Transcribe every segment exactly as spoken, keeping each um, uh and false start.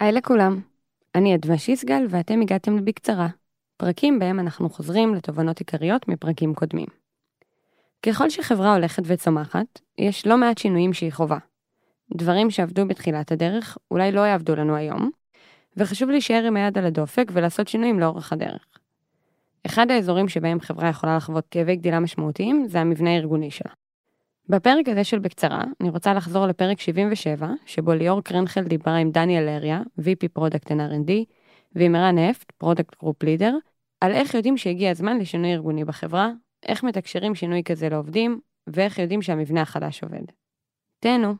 היי לכולם, אני אדווה שיסגל ואתם הגעתם לבקצרה, פרקים בהם אנחנו חוזרים לתובנות עיקריות מפרקים קודמים. ככל שחברה הולכת וצומחת, יש לא מעט שינויים שהיא חובה. דברים שעבדו בתחילת הדרך אולי לא יעבדו לנו היום, וחשוב להישאר עם היד על הדופק ולעשות שינויים לאורך הדרך. אחד האזורים שבהם חברה יכולה לחוות כאבי גדילה משמעותיים זה המבנה הארגוני שלה. בפרק הזה של בקצרה, אני רוצה לחזור לפרק שבעים ושבע, שבו ליאור קרנחל דיברה עם דניאל לריה, וי פי Product and אר אנד די, ועם ערן נפט, Product Group Leader, על איך יודעים שהגיע הזמן לשינוי ארגוני בחברה, איך מתקשרים שינוי כזה לעובדים, ואיך יודעים שהמבנה החדש עובד. תהנו.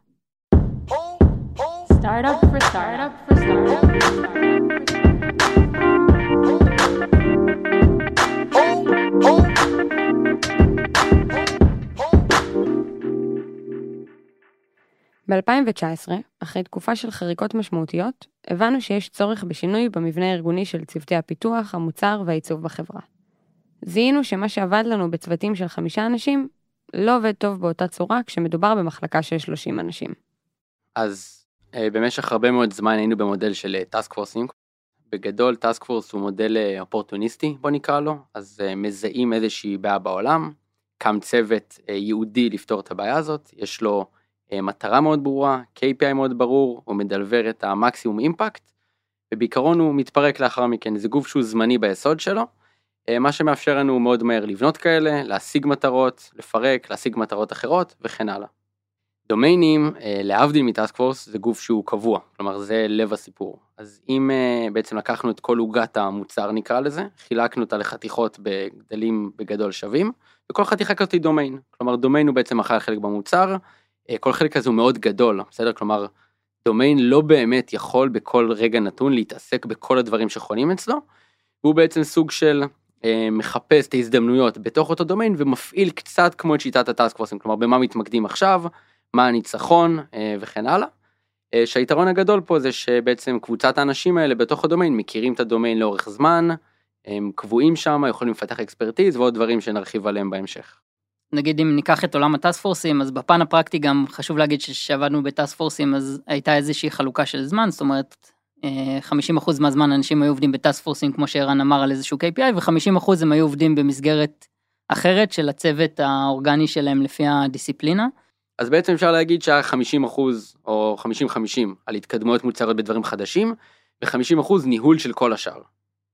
Startup for startup for startup for startup. ב-אלפיים תשע עשרה, אחרי תקופה של חריקות משמעותיות, הבנו שיש צורך בשינוי במבנה הארגוני של צוותי הפיתוח, המוצר והעיצוב בחברה. זיהינו שמה שעבד לנו בצוותים של חמישה אנשים, לא עובד טוב באותה צורה כשמדובר במחלקה של שלושים אנשים. אז במשך הרבה מאוד זמן היינו במודל של טאסק פורסים. בגדול טאסק פורס הוא מודל אופורטוניסטי, בוא נקרא לו, אז מזהים איזושהי בעיה בעולם, קם צוות ייעודי לפתור את הבעיה הזאת, יש לו מטרה מאוד ברורה, קיי פי איי מאוד ברור, הוא מדלבר את המקסימום אימפקט, ובעיקרון הוא מתפרק לאחר מכן, זה גוף שהוא זמני ביסוד שלו, מה שמאפשר לנו מאוד מהר לבנות כאלה, להשיג מטרות, לפרק, להשיג מטרות אחרות וכן הלאה. דומיינים, להבדיל מטאסק פורס, זה גוף שהוא קבוע, כלומר זה לב הסיפור. אז אם בעצם לקחנו את כל עוגת המוצר נקרא לזה, חילקנו אותה לחתיכות בגדלים בגדול שווים, וכל חתיכה כזאת היא דומיין, כלומר דומיין הוא בעצם אחר חלק במוצר, כל חלק הזה הוא מאוד גדול, בסדר? כלומר, דומיין לא באמת יכול בכל רגע נתון להתעסק בכל הדברים שחונים אצלו, והוא בעצם סוג של אה, מחפש את ההזדמנויות בתוך אותו דומיין, ומפעיל קצת כמו את שיטת הטאסק פורסים, כלומר, במה מתמקדים עכשיו, מה הניצחון אה, וכן הלאה. אה, שהיתרון הגדול פה זה שבעצם קבוצת האנשים האלה בתוך הדומיין, מכירים את הדומיין לאורך זמן, הם קבועים שם, יכולים לפתח אקספרטיז, ועוד דברים שנרחיב עליהם בהמשך. נגיד אם ניקח את עולם הטאסק פורסים, אז בפן הפרקטי גם חשוב להגיד שעבדנו בטאסק פורסים, אז הייתה איזושהי חלוקה של זמן, זאת אומרת, חמישים אחוז מהזמן אנשים היו עובדים בטאסק פורסים, כמו שערן אמר על איזשהו קיי פי איי, ו-חמישים אחוז הם היו עובדים במסגרת אחרת של הצוות האורגני שלהם לפי הדיסציפלינה. אז בעצם אפשר להגיד שהיה חמישים אחוז או חמישים חמישים על התקדמות מוצרות בדברים חדשים, ו-חמישים אחוז ניהול של כל השאר.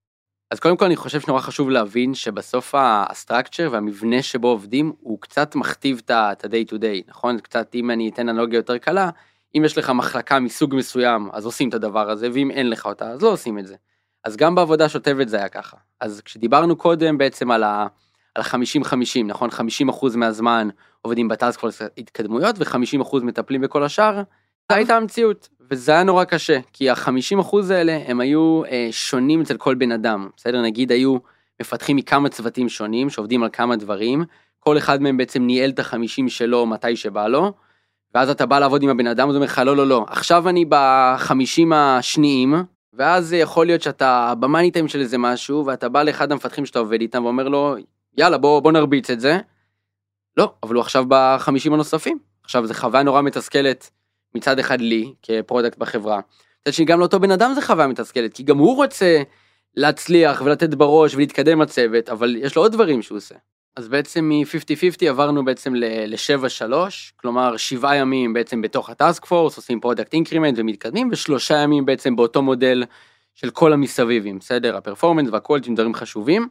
אז קודם כל אני חושב שנורא חשוב להבין שבסוף הסטרקצ'ר והמבנה שבו עובדים הוא קצת מכתיב את ה-day to day, נכון? קצת אם אני אתן אנלוגיה יותר קלה, אם יש לך מחלקה מסוג מסוים, אז עושים את הדבר הזה, ואם אין לך אותה, אז לא עושים את זה. אז גם בעבודה שוטפת זה היה ככה. אז כשדיברנו קודם בעצם על ה-חמישים חמישים, נכון? חמישים אחוז מהזמן עובדים בטאסק פורס התקדמויות, ו-חמישים אחוז מטפלים בכל השאר, זו הייתה המציאות. וזה היה נורא קשה, כי ה-חמישים אחוז האלה הם היו אה, שונים אצל כל בן אדם, בסדר? נגיד היו מפתחים מכמה צוותים שונים, שעובדים על כמה דברים, כל אחד מהם בעצם ניהל את ה-חמישים שלו מתי שבא לו, ואז אתה בא לעבוד עם הבן אדם, אז הוא אומר לך, לא, לא, לא, עכשיו אני ב-חמישים השניים, ואז יכול להיות שאתה במאניטיים של איזה משהו, ואתה בא לאחד המפתחים שאתה עובד איתם, ואומר לו, יאללה, בוא, בוא נרביץ את זה. לא, אבל הוא עכשיו ב-חמישים הנוספים. עכשיו, זה חוויה נורא מתסכלת, מצד אחד לי, כפרודקט בחברה. מצד שני, גם לאותו בן אדם זה חוויה מתסכלת, כי גם הוא רוצה להצליח ולתת בראש ולהתקדם הצוות, אבל יש לו עוד דברים שהוא עושה. אז בעצם מ-חמישים חמישים עברנו בעצם ל-שבע שלוש, כלומר שבעה ימים בעצם בתוך הטאסק פורס, עושים פרודקט אינקרימנט ומתקדמים, ושלושה ימים בעצם באותו מודל של כל המסביבים, בסדר? הפרפורמנס והקוולטים, דברים חשובים,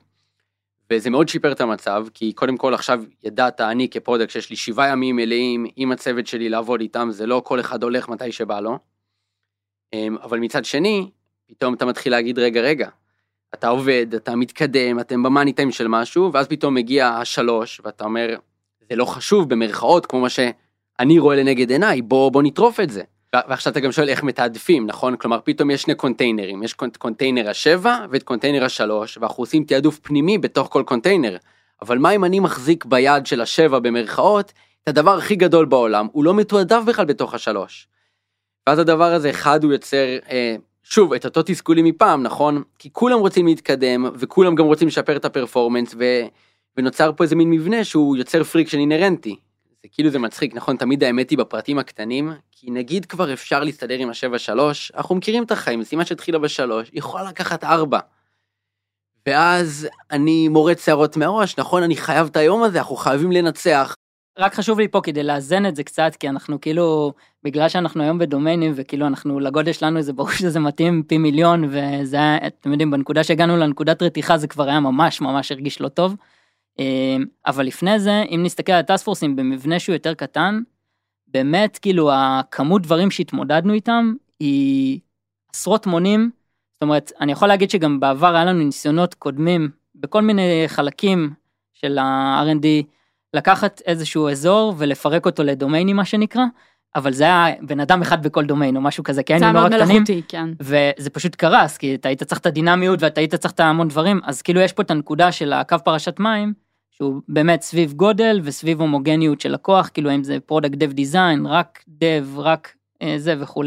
וזה מאוד שיפר את המצב, כי קודם כל עכשיו ידעת, אני כפרודקט שיש לי שבעה ימים מלאים עם הצוות שלי לעבוד איתם, זה לא כל אחד הולך מתי שבא לו, אבל מצד שני, פתאום אתה מתחיל להגיד רגע רגע, אתה עובד, אתה מתקדם, אתם במאניטיים של משהו, ואז פתאום מגיע השלוש, ואתה אומר, זה לא חשוב במרכאות, כמו מה שאני רואה לנגד עיניי, בוא, בוא נטרוף את זה. ועכשיו אתה גם שואל איך מתעדפים, נכון? כלומר, פתאום יש שני קונטיינרים, יש קונטיינר השבע ואת קונטיינר השלוש, ואנחנו עושים תעדוף פנימי בתוך כל קונטיינר. אבל מה אם אני מחזיק ביד של השבע במרכאות, את הדבר הכי גדול בעולם, הוא לא מתועדף בכלל בתוך השלוש. ואז הדבר הזה, אחד הוא יוצר, אה, שוב, את אותו תסכולי מפעם, נכון? כי כולם רוצים להתקדם, וכולם גם רוצים לשפר את הפרפורמנס, ו... ונוצר פה איזה מין מבנה שהוא יוצר פריקשן אינרנטי. זה כאילו זה מצחיק, נכון? תמיד האמת היא בפרטים הקטנים, כי נגיד כבר אפשר להסתדר עם השבע שלוש, אנחנו מכירים את החיים, משימה שהתחילה בשלוש, יכולה לקחת ארבע. ואז אני מורד שערות מהראש, נכון? אני חייב את היום הזה, אנחנו חייבים לנצח. רק חשוב לי פה כדי לאזן את זה קצת, כי אנחנו כאילו, בגלל שאנחנו היום בדומיינים, וכאילו אנחנו, לגודל שלנו זה ברור שזה מתאים פי מיליון, וזה, אתם יודעים, בנקודה שהגענו לנקודת רתיחה, זה כבר היה ממש ממש הרגיש לא טוב. אבל לפני זה, אם נסתכל על טאסק פורסים במבנה שהוא יותר קטן, באמת כאילו הכמות דברים שהתמודדנו איתם, היא עשרות מונים. זאת אומרת, אני יכול להגיד שגם בעבר היה לנו ניסיונות קודמים, בכל מיני חלקים של ה-אר אנד די, לקחת איזשהו אזור ולפרק אותו לדומיינים, מה שנקרא, אבל זה היה בן אדם אחד בכל דומיין, או משהו כזה, כי היינו נורא קטנים, כן. וזה פשוט קרס, כי אתה היית צריך את הדינמיות, ואתה היית צריך את המון דברים, אז כאילו יש פה את הנקודה של הקו פרשת מים, שהוא באמת סביב גודל, וסביב הומוגניות של לקוח, כאילו אם זה פרודקט דב דיזיין, רק דב, רק אה, זה וכו'.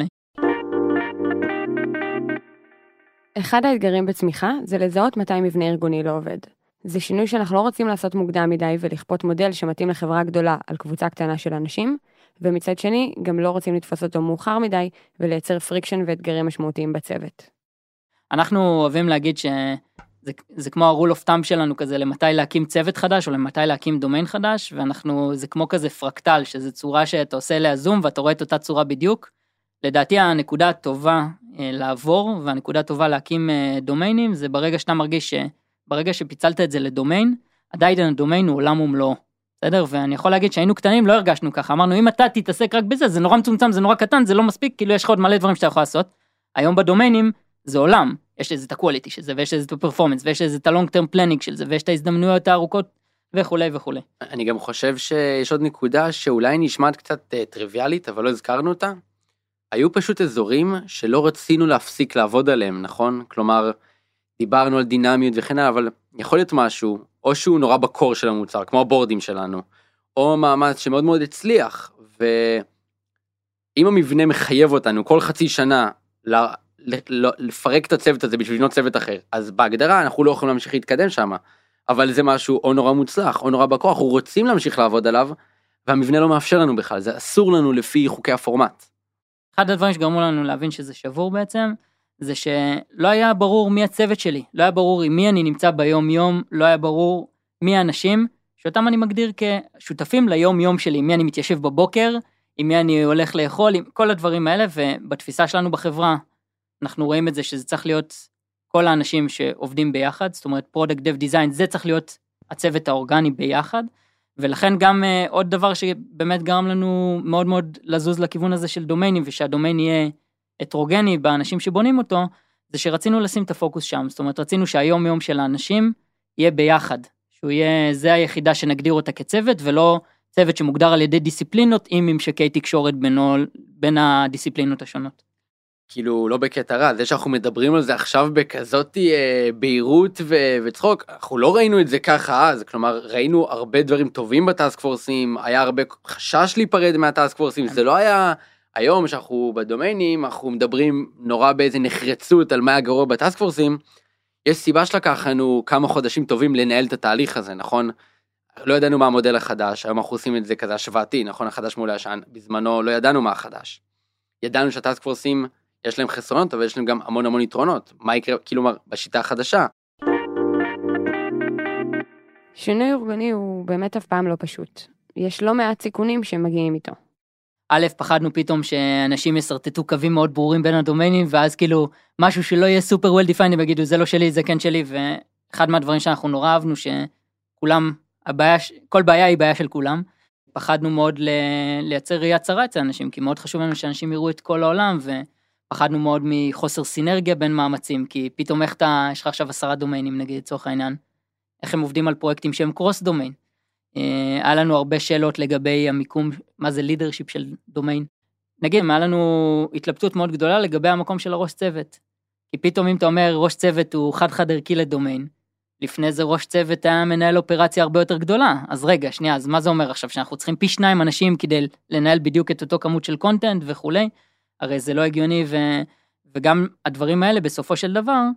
אחד האתגרים בצמיחה זה לזהות מתי מבנה ארגוני לא עובד. זה שינוי שאנחנו לא רוצים לעשות מוקדם מדי ולכפות מודל שמתאים לחברה גדולה על קבוצה קטנה של אנשים, ומצד שני גם לא רוצים לתפוס אותו מאוחר מדי ולייצר פריקשן ואתגרים משמעותיים בצוות. אנחנו אוהבים להגיד שזה זה כמו הרול אוף טאם שלנו כזה, למתי להקים צוות חדש או למתי להקים דומיין חדש, ואנחנו, זה כמו כזה פרקטל, שזה צורה שאתה עושה לה זום ואתה רואה את אותה צורה בדיוק. לדעתי הנקודה הטובה לעבור, והנקודה הטובה להקים דומיינים, זה ברגע שאתה מרגיש שברגע שפיצלת את זה לדומיין, עדיין הדומיין הוא עולם ומלואו, בסדר? ואני יכול להגיד שהיינו קטנים, לא הרגשנו ככה, אמרנו, אם אתה תתעסק רק בזה, זה נורא מצומצם, זה נורא קטן, זה לא מספיק, כאילו יש לך עוד מלא דברים שאתה יכול לעשות. היום בדומיינים, זה עולם, יש לזה את הקואליטי של זה, ויש לזה את הפרפורמנס, ויש לזה את הלונג טרם פלנינג של זה, ויש את ההזדמנויות הארוכות, וכו' וכו'. אני גם חושב שיש עוד נקודה שאולי נשמעת קצת טריוויאלית, אבל לא הזכרנו אותה. היו פשוט אזורים שלא רצינו להפסיק לעבוד עליהם, נכון? כלומר, דיברנו על דינמיות וכן הלאה, אבל יכול להיות משהו, או שהוא נורא בקור של המוצר, כמו הבורדים שלנו, או מאמץ שמאוד מאוד הצליח, ואם המבנה מחייב אותנו כל חצי שנה לפרק את הצוות הזה בשביל לבנות צוות אחר, אז בהגדרה אנחנו לא יכולים להמשיך להתקדם שם, אבל זה משהו או נורא מוצלח, או נורא בקור, אנחנו רוצים להמשיך לעבוד עליו, והמבנה לא מאפשר לנו בכלל, זה אסור לנו לפי חוקי הפורמט. אחד הדברים שגרמו לנו להבין שזה שבור בעצם, זה שלא היה ברור מי הצוות שלי, לא היה ברור עם מי אני נמצא ביום יום, לא היה ברור מי האנשים, שאותם אני מגדיר כשותפים ליום יום שלי, עם מי אני מתיישב בבוקר, עם מי אני הולך לאכול, עם כל הדברים האלה, ובתפיסה שלנו בחברה, אנחנו רואים את זה שזה צריך להיות כל האנשים שעובדים ביחד, זאת אומרת פרודקט דב דיזיין, זה צריך להיות הצוות האורגני ביחד, ולכן גם uh, עוד דבר שבאמת גרם לנו מאוד מאוד לזוז לכיוון הזה של דומיינים, ושהדומיין יהיה הטרוגני באנשים שבונים אותו, זה שרצינו לשים את הפוקוס שם, זאת אומרת רצינו שהיום יום של האנשים יהיה ביחד, שהוא יהיה, זה היחידה שנגדיר אותה כצוות, ולא צוות שמוגדר על ידי דיסציפלינות, עם ממשקי תקשורת בינו, בין הדיסציפלינות השונות. כאילו לא בקטע רע, זה שאנחנו מדברים על זה עכשיו בכזאת אה, בהירות ו- וצחוק, אנחנו לא ראינו את זה ככה אז, כלומר ראינו הרבה דברים טובים בטאסק פורסים, היה הרבה חשש להיפרד מהטאסק פורסים, זה לא היה היום שאנחנו בדומיינים, אנחנו מדברים נורא באיזה נחרצות על מה היה גרוע בטאסק פורסים, יש סיבה שלקחנו כמה חודשים טובים לנהל את התהליך הזה, נכון? לא ידענו מה המודל החדש, היום אנחנו עושים את זה כזה השוואתי, נכון? החדש מול הישן, בזמנו לא ידענו מה החדש. ידענו שהטאסק פורסים יש להם חסרונות, אבל יש להם גם המון המון יתרונות. מה יקרה, כאילו, בשיטה החדשה? שינוי ארגוני הוא באמת אף פעם לא פשוט. יש לא מעט סיכונים שמגיעים איתו. א', פחדנו פתאום שאנשים יסרטטו קווים מאוד ברורים בין הדומיינים, ואז כאילו משהו שלא יהיה סופר well defined, הם יגידו, זה לא שלי, זה כן שלי, ואחד מהדברים שאנחנו נורא אהבנו, שכולם, הבעיה, כל בעיה היא בעיה של כולם. פחדנו מאוד לייצר ראייה צרה אצל אנשים, כי מאוד חשוב לנו שאנשים יראו את כל העולם, ופחדנו מאוד מחוסר סינרגיה בין מאמצים, כי פתאום איך אתה, יש לך עכשיו עשרה דומיינים, נגיד, לצורך העניין, איך הם עובדים על פרויקטים שהם קרוס דומיין. היה לנו הרבה שאלות לגבי המיקום, מה זה לידרשיפ של דומיין. נגיד, היה לנו התלבטות מאוד גדולה לגבי המקום של הראש צוות. כי פתאום אם אתה אומר ראש צוות הוא חד חד ערכי לדומיין, לפני זה ראש צוות היה מנהל אופרציה הרבה יותר גדולה. אז רגע, שנייה, אז מה זה אומר עכשיו? שאנחנו צריכים פי שניים אנשים כדי לנהל בדיוק את אותו כמות של קונטנט וכו'. הרי זה לא הגיוני, ו... וגם הדברים האלה בסופו של דבר,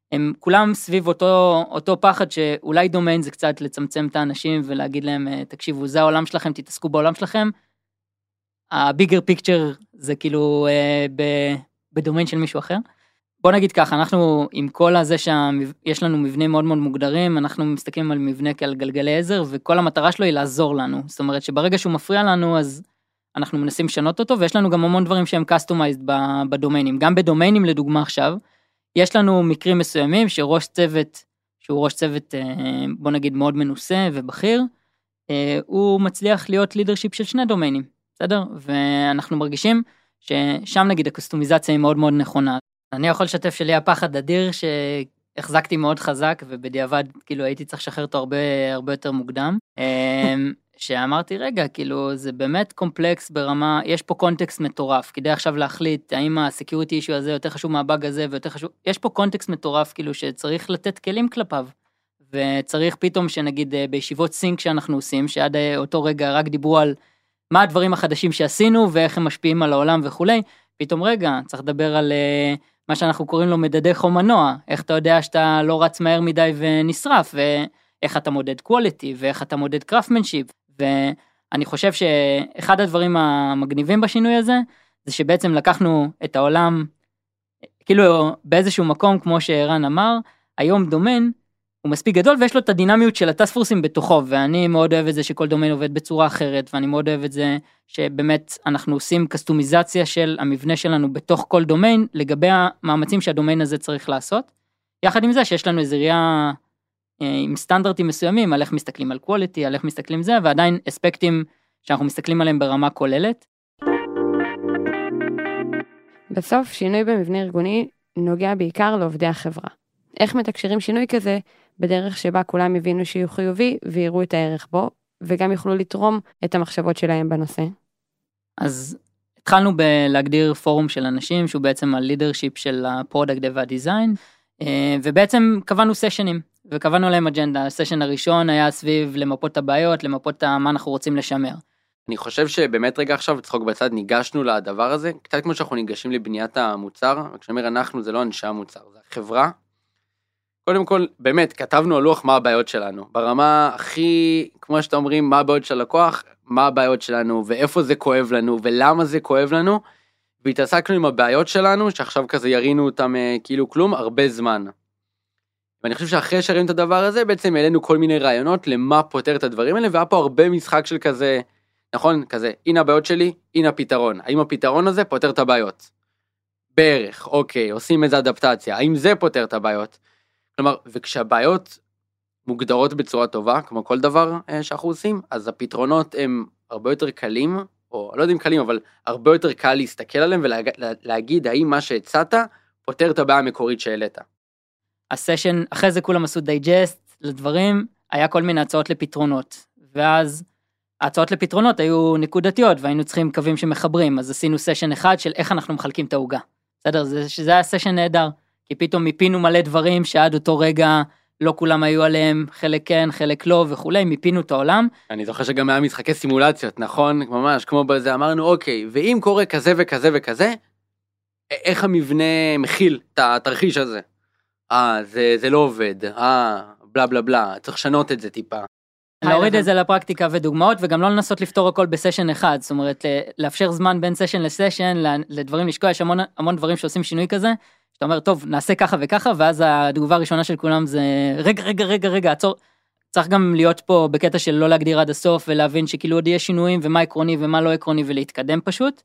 הם כולם סביב אותו, אותו פחד שאולי דומיין זה קצת לצמצם את האנשים ולהגיד להם, תקשיבו, זה העולם שלכם, תתעסקו בעולם שלכם. הביגר פיקצ'ר זה כאילו בדומיין של מישהו אחר. בוא נגיד ככה, אנחנו עם כל הזה שיש לנו מבנים מאוד מאוד מוגדרים, אנחנו מסתכלים על מבנה כעל גלגלי עזר, וכל המטרה שלו היא לעזור לנו. זאת אומרת שברגע שהוא מפריע לנו, אז אנחנו מנסים לשנות אותו, ויש לנו גם המון דברים שהם customized בדומיינים. גם בדומיינים, לדוגמה עכשיו, יש לנו מקרים מסוימים שראש צוות, שהוא ראש צוות, בוא נגיד, מאוד מנוסה ובכיר, הוא מצליח להיות לידרשיפ של שני דומיינים, בסדר? ואנחנו מרגישים ששם נגיד הקוסטומיזציה היא מאוד מאוד נכונה. אני יכול לשתף שלי הפחד אדיר שהחזקתי מאוד חזק, ובדיעבד כאילו הייתי צריך לשחרר אותו הרבה, הרבה יותר מוקדם. שאמרתי, רגע, כאילו, זה באמת קומפלקס ברמה, יש פה קונטקסט מטורף, כדי עכשיו להחליט, האם הסקיוריטי אישו הזה יותר חשוב מהבאג הזה, ויותר חשוב, יש פה קונטקסט מטורף, כאילו, שצריך לתת כלים כלפיו, וצריך פתאום שנגיד, בישיבות סינק שאנחנו עושים, שעד אותו רגע רק דיברו על מה הדברים החדשים שעשינו, ואיך הם משפיעים על העולם וכולי, פתאום רגע, צריך לדבר על מה שאנחנו קוראים לו מדדי חום מנוע, איך אתה יודע שאתה לא רץ מהר מדי ונשרף, ואיך אתה מודד quality, ואיך אתה מודד craftsmanship, ואני חושב שאחד הדברים המגניבים בשינוי הזה, זה שבעצם לקחנו את העולם, כאילו באיזשהו מקום, כמו שערן אמר, היום דומיין הוא מספיק גדול, ויש לו את הדינמיות של הטאסק פורסים בתוכו, ואני מאוד אוהב את זה שכל דומיין עובד בצורה אחרת, ואני מאוד אוהב את זה שבאמת אנחנו עושים קסטומיזציה של המבנה שלנו בתוך כל דומיין, לגבי המאמצים שהדומיין הזה צריך לעשות, יחד עם זה שיש לנו איזו ראייה עם סטנדרטים מסוימים, על איך מסתכלים על quality, על איך מסתכלים זה, ועדיין אספקטים שאנחנו מסתכלים עליהם ברמה כוללת. בסוף, שינוי במבנה ארגוני נוגע בעיקר לעובדי החברה. איך מתקשרים שינוי כזה בדרך שבה כולם יבינו שיהיו חיובי ויראו את הערך בו, וגם יוכלו לתרום את המחשבות שלהם בנושא? אז התחלנו בלהגדיר פורום של אנשים, שהוא בעצם הלידרשיפ של הפרודקט והדיזיין, ובעצם קבענו סשנים. וקבענו להם אג'נדה. הסשן הראשון היה סביב למפות את הבעיות, למפות מה אנחנו רוצים לשמר. אני חושב שבאמת רגע עכשיו, צחוק בצד, ניגשנו לדבר הזה, קצת כמו שאנחנו ניגשים לבניית המוצר, וכשאומר אנחנו, זה לא אנשי המוצר, זה החברה. קודם כל, באמת, כתבנו על לוח מה הבעיות שלנו, ברמה הכי, כמו שאתם אומרים, מה הבעיות של הלקוח, מה הבעיות שלנו, ואיפה זה כואב לנו, ולמה זה כואב לנו, והתעסקנו עם הבעיות שלנו, שעכשיו כזה ירינו אותם כאילו כלום, הרבה זמן. ואני חושב שאחרי שראינו את הדבר הזה, בעצם העלינו כל מיני רעיונות למה פותר את הדברים האלה, והיה פה הרבה משחק של כזה, נכון? כזה, הנה הבעיות שלי, הנה הפתרון. האם הפתרון הזה פותר את הבעיות? בערך, אוקיי, עושים איזו אדפטציה. האם זה פותר את הבעיות? כלומר, וכשהבעיות מוגדרות בצורה טובה, כמו כל דבר שאנחנו עושים, אז הפתרונות הם הרבה יותר קלים, או לא יודע אם קלים, אבל הרבה יותר קל להסתכל עליהם, ולהגיד האם מה שהצעת פותר את הבעיה המקורית שהעלית. הסשן, אחרי זה כולם עשו דייג'סט לדברים, היה כל מיני הצעות לפתרונות, ואז ההצעות לפתרונות היו נקודתיות, והיינו צריכים קווים שמחברים, אז עשינו סשן אחד של איך אנחנו מחלקים את ההוגה. בסדר, זה, שזה היה סשן נהדר, כי פתאום מיפינו מלא דברים שעד אותו רגע לא כולם היו עליהם, חלק כן, חלק לא וכולי, מיפינו את העולם. אני זוכר שגם היה משחקי סימולציות, נכון? ממש, כמו בזה, אמרנו, אוקיי, ואם קורה כזה וכזה וכזה, איך המבנה מכיל את התרחיש הזה? אה, זה, זה לא עובד, אה, בלה בלה בלה, צריך לשנות את זה טיפה. להוריד את זה לפרקטיקה ודוגמאות, וגם לא לנסות לפתור הכל בסשן אחד, זאת אומרת, לאפשר זמן בין סשן לסשן, לדברים לשקוע, יש המון, המון דברים שעושים שינוי כזה, שאתה אומר, טוב, נעשה ככה וככה, ואז התגובה הראשונה של כולם זה, רגע, רגע, רגע, רגע, עצור, צריך גם להיות פה בקטע של לא להגדיר עד הסוף, ולהבין שכאילו עוד יש שינויים, ומה עקרוני ומה לא עקרוני, ולהתקדם פשוט,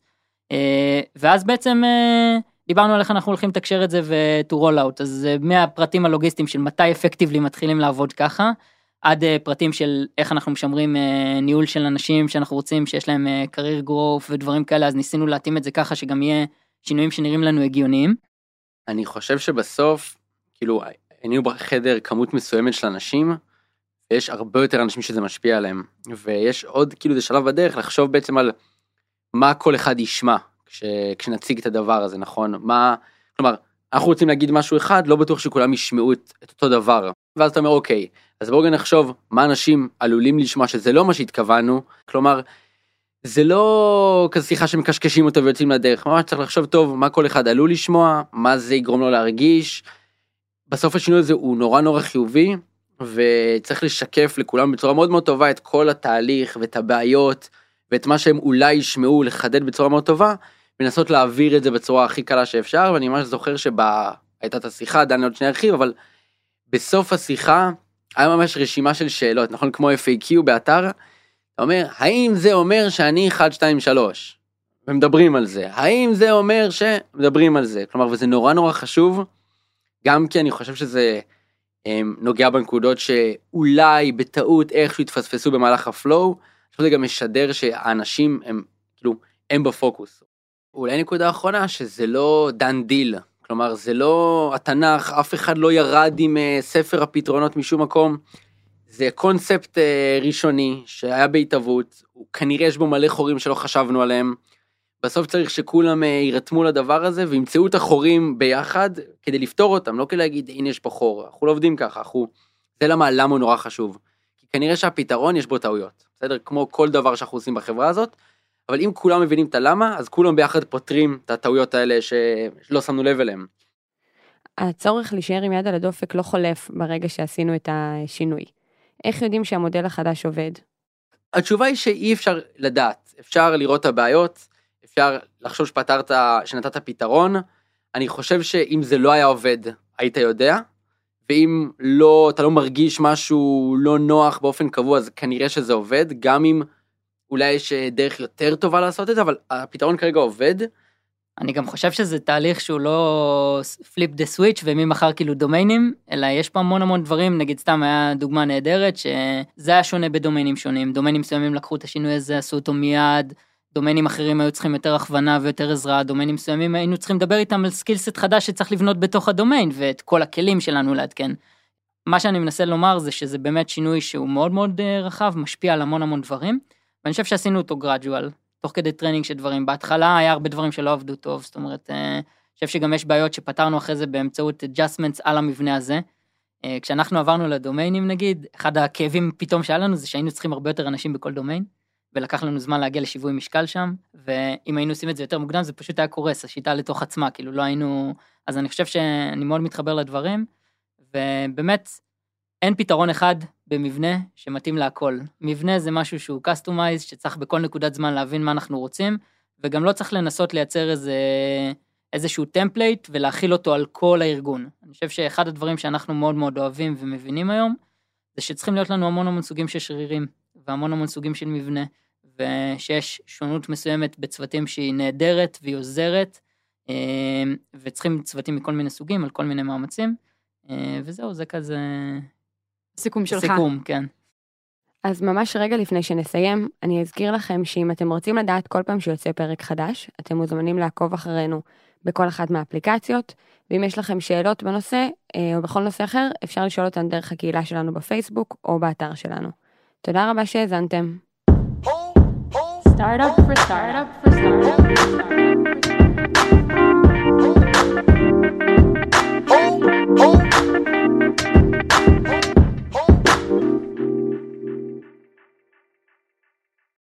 ואז בעצם דיברנו על איך אנחנו הולכים לתקשר את זה ו-to roll out, אז מהפרטים הלוגיסטיים של מתי אפקטיבלי מתחילים לעבוד ככה, עד פרטים של איך אנחנו משמרים ניהול של אנשים שאנחנו רוצים שיש להם career growth ודברים כאלה, אז ניסינו להתאים את זה ככה שגם יהיה שינויים שנראים לנו הגיוניים. אני חושב שבסוף, כאילו, היינו בחדר כמות מסוימת של אנשים, ויש הרבה יותר אנשים שזה משפיע עליהם, ויש עוד, כאילו, זה שלב בדרך לחשוב בעצם על מה כל אחד ישמע, כש, כשנציג את הדבר הזה, נכון? מה, כלומר, אנחנו רוצים להגיד משהו אחד, לא בטוח שכולם ישמעו את, את אותו דבר, ואז אתה אומר, אוקיי, אז בואו נחשוב מה אנשים עלולים לשמוע, שזה לא מה שהתכוונו, כלומר, זה לא כזה שיחה שמקשקשים אותו ויוצאים לדרך, ממש צריך לחשוב טוב מה כל אחד עלול לשמוע, מה זה יגרום לו להרגיש, בסוף השינוי הזה הוא נורא נורא חיובי, וצריך לשקף לכולם בצורה מאוד מאוד טובה את כל התהליך ואת הבעיות, ואת מה שהם אולי ישמעו לחדד בצורה מאוד טובה, ולנסות להעביר את זה בצורה הכי קלה שאפשר, ואני ממש זוכר שבה הייתה את השיחה, דני עוד שני הרחיב, אבל בסוף השיחה, היה ממש רשימה של שאלות, נכון? כמו אף איי קיו באתר, אתה אומר, האם זה אומר שאני אחת, שתיים, שלוש? ומדברים על זה. האם זה אומר שמדברים על זה? כלומר, וזה נורא נורא חשוב, גם כי אני חושב שזה נוגע בנקודות שאולי בטעות איכשהו יתפספסו במהלך הפלואו, זה גם משדר שהאנשים הם, כאילו, הם בפוקוס. אולי נקודה האחרונה, שזה לא דן דיל, כלומר, זה לא התנ"ך, אף אחד לא ירד עם ספר הפתרונות משום מקום, זה קונספט ראשוני שהיה בהתהוות, כנראה יש בו מלא חורים שלא חשבנו עליהם, בסוף צריך שכולם ירתמו לדבר הזה, וימצאו את החורים ביחד, כדי לפתור אותם, לא כדי להגיד, הנה יש פה חור, אנחנו לא עובדים ככה, אנחנו, זה למה, למה הוא נורא חשוב, כי כנראה שהפתרון יש בו טעויות, בסדר? כמו כל דבר שאנחנו עושים בחברה הזאת, אבל אם כולם מבינים את הלמה, אז כולם ביחד פותרים את הטעויות האלה שלא שמנו לב אליהם. הצורך להישאר עם יד על הדופק לא חולף ברגע שעשינו את השינוי. איך יודעים שהמודל החדש עובד? התשובה היא שאי אפשר לדעת, אפשר לראות את הבעיות, אפשר לחשוב שפתרת, שנתת פתרון, אני חושב שאם זה לא היה עובד, היית יודע, ואם לא, אתה לא מרגיש משהו לא נוח באופן קבוע, אז כנראה שזה עובד, גם אם אולי יש דרך יותר טובה לעשות את זה, אבל הפתרון כרגע עובד. אני גם חושב שזה תהליך שהוא לא פליפ דה סוויץ' ומי מחר כאילו דומיינים, אלא יש פה המון המון דברים, נגיד סתם היה דוגמה נהדרת, שזה היה שונה בדומיינים שונים, דומיינים מסוימים לקחו את השינוי הזה, עשו אותו מיד, דומיינים אחרים היו צריכים יותר הכוונה ויותר עזרה, דומיינים מסוימים היינו צריכים לדבר איתם על סקילסט חדש שצריך לבנות בתוך הדומיין, ואת כל הכלים שלנו לעדכן. מה שאני מנסה לומר זה שזה באמת שינוי שהוא מאוד מאוד רחב, משפיע על המון המון דברים, ואני חושב שעשינו אותו גרדואל, תוך כדי טרנינג של דברים. בהתחלה היה הרבה דברים שלא עבדו טוב, זאת אומרת, אני חושב שגם יש בעיות שפתרנו אחרי זה באמצעות adjustments על המבנה הזה. כשאנחנו עברנו לדומיינים נגיד, אחד הכאבים פתאום שהיה לנו זה שהיינו צריכים הרבה יותר אנשים בכל דומיין, ולקח לנו זמן להגיע לשיווי משקל שם, ואם היינו עושים את זה יותר מוקדם, זה פשוט היה קורס, השיטה לתוך עצמה, כאילו לא היינו, אז אני חושב שאני מאוד מתחבר לדברים, ובאמת, אין פתרון אחד במבנה שמתאים להכל. מבנה זה משהו שהוא customized, שצריך בכל נקודת זמן להבין מה אנחנו רוצים, וגם לא צריך לנסות לייצר איזה, איזשהו טמפלייט, ולהכיל אותו על כל הארגון. אני חושב שאחד הדברים שאנחנו מאוד מאוד אוהבים ומבינים היום, זה שצריכים להיות לנו המון המון סוגים של שרירים, והמון המון סוגים של מבנה, ושיש שונות מסוימת בצוותים שהיא נהדרת והיא עוזרת, וצריכים צוותים מכל מיני סוגים, על כל מיני מאמצים, וזהו, זה כזה... סיכום שלך. סיכום, כן. אז ממש רגע לפני שנסיים, אני אזכיר לכם שאם אתם רוצים לדעת כל פעם שיוצא פרק חדש, אתם מוזמנים לעקוב אחרינו בכל אחת מהאפליקציות, ואם יש לכם שאלות בנושא, או בכל נושא אחר, אפשר לשאול אותן דרך הקהילה שלנו בפייסבוק, או באתר שלנו. תודה רבה שהאזנתם. Startup for startup for startup.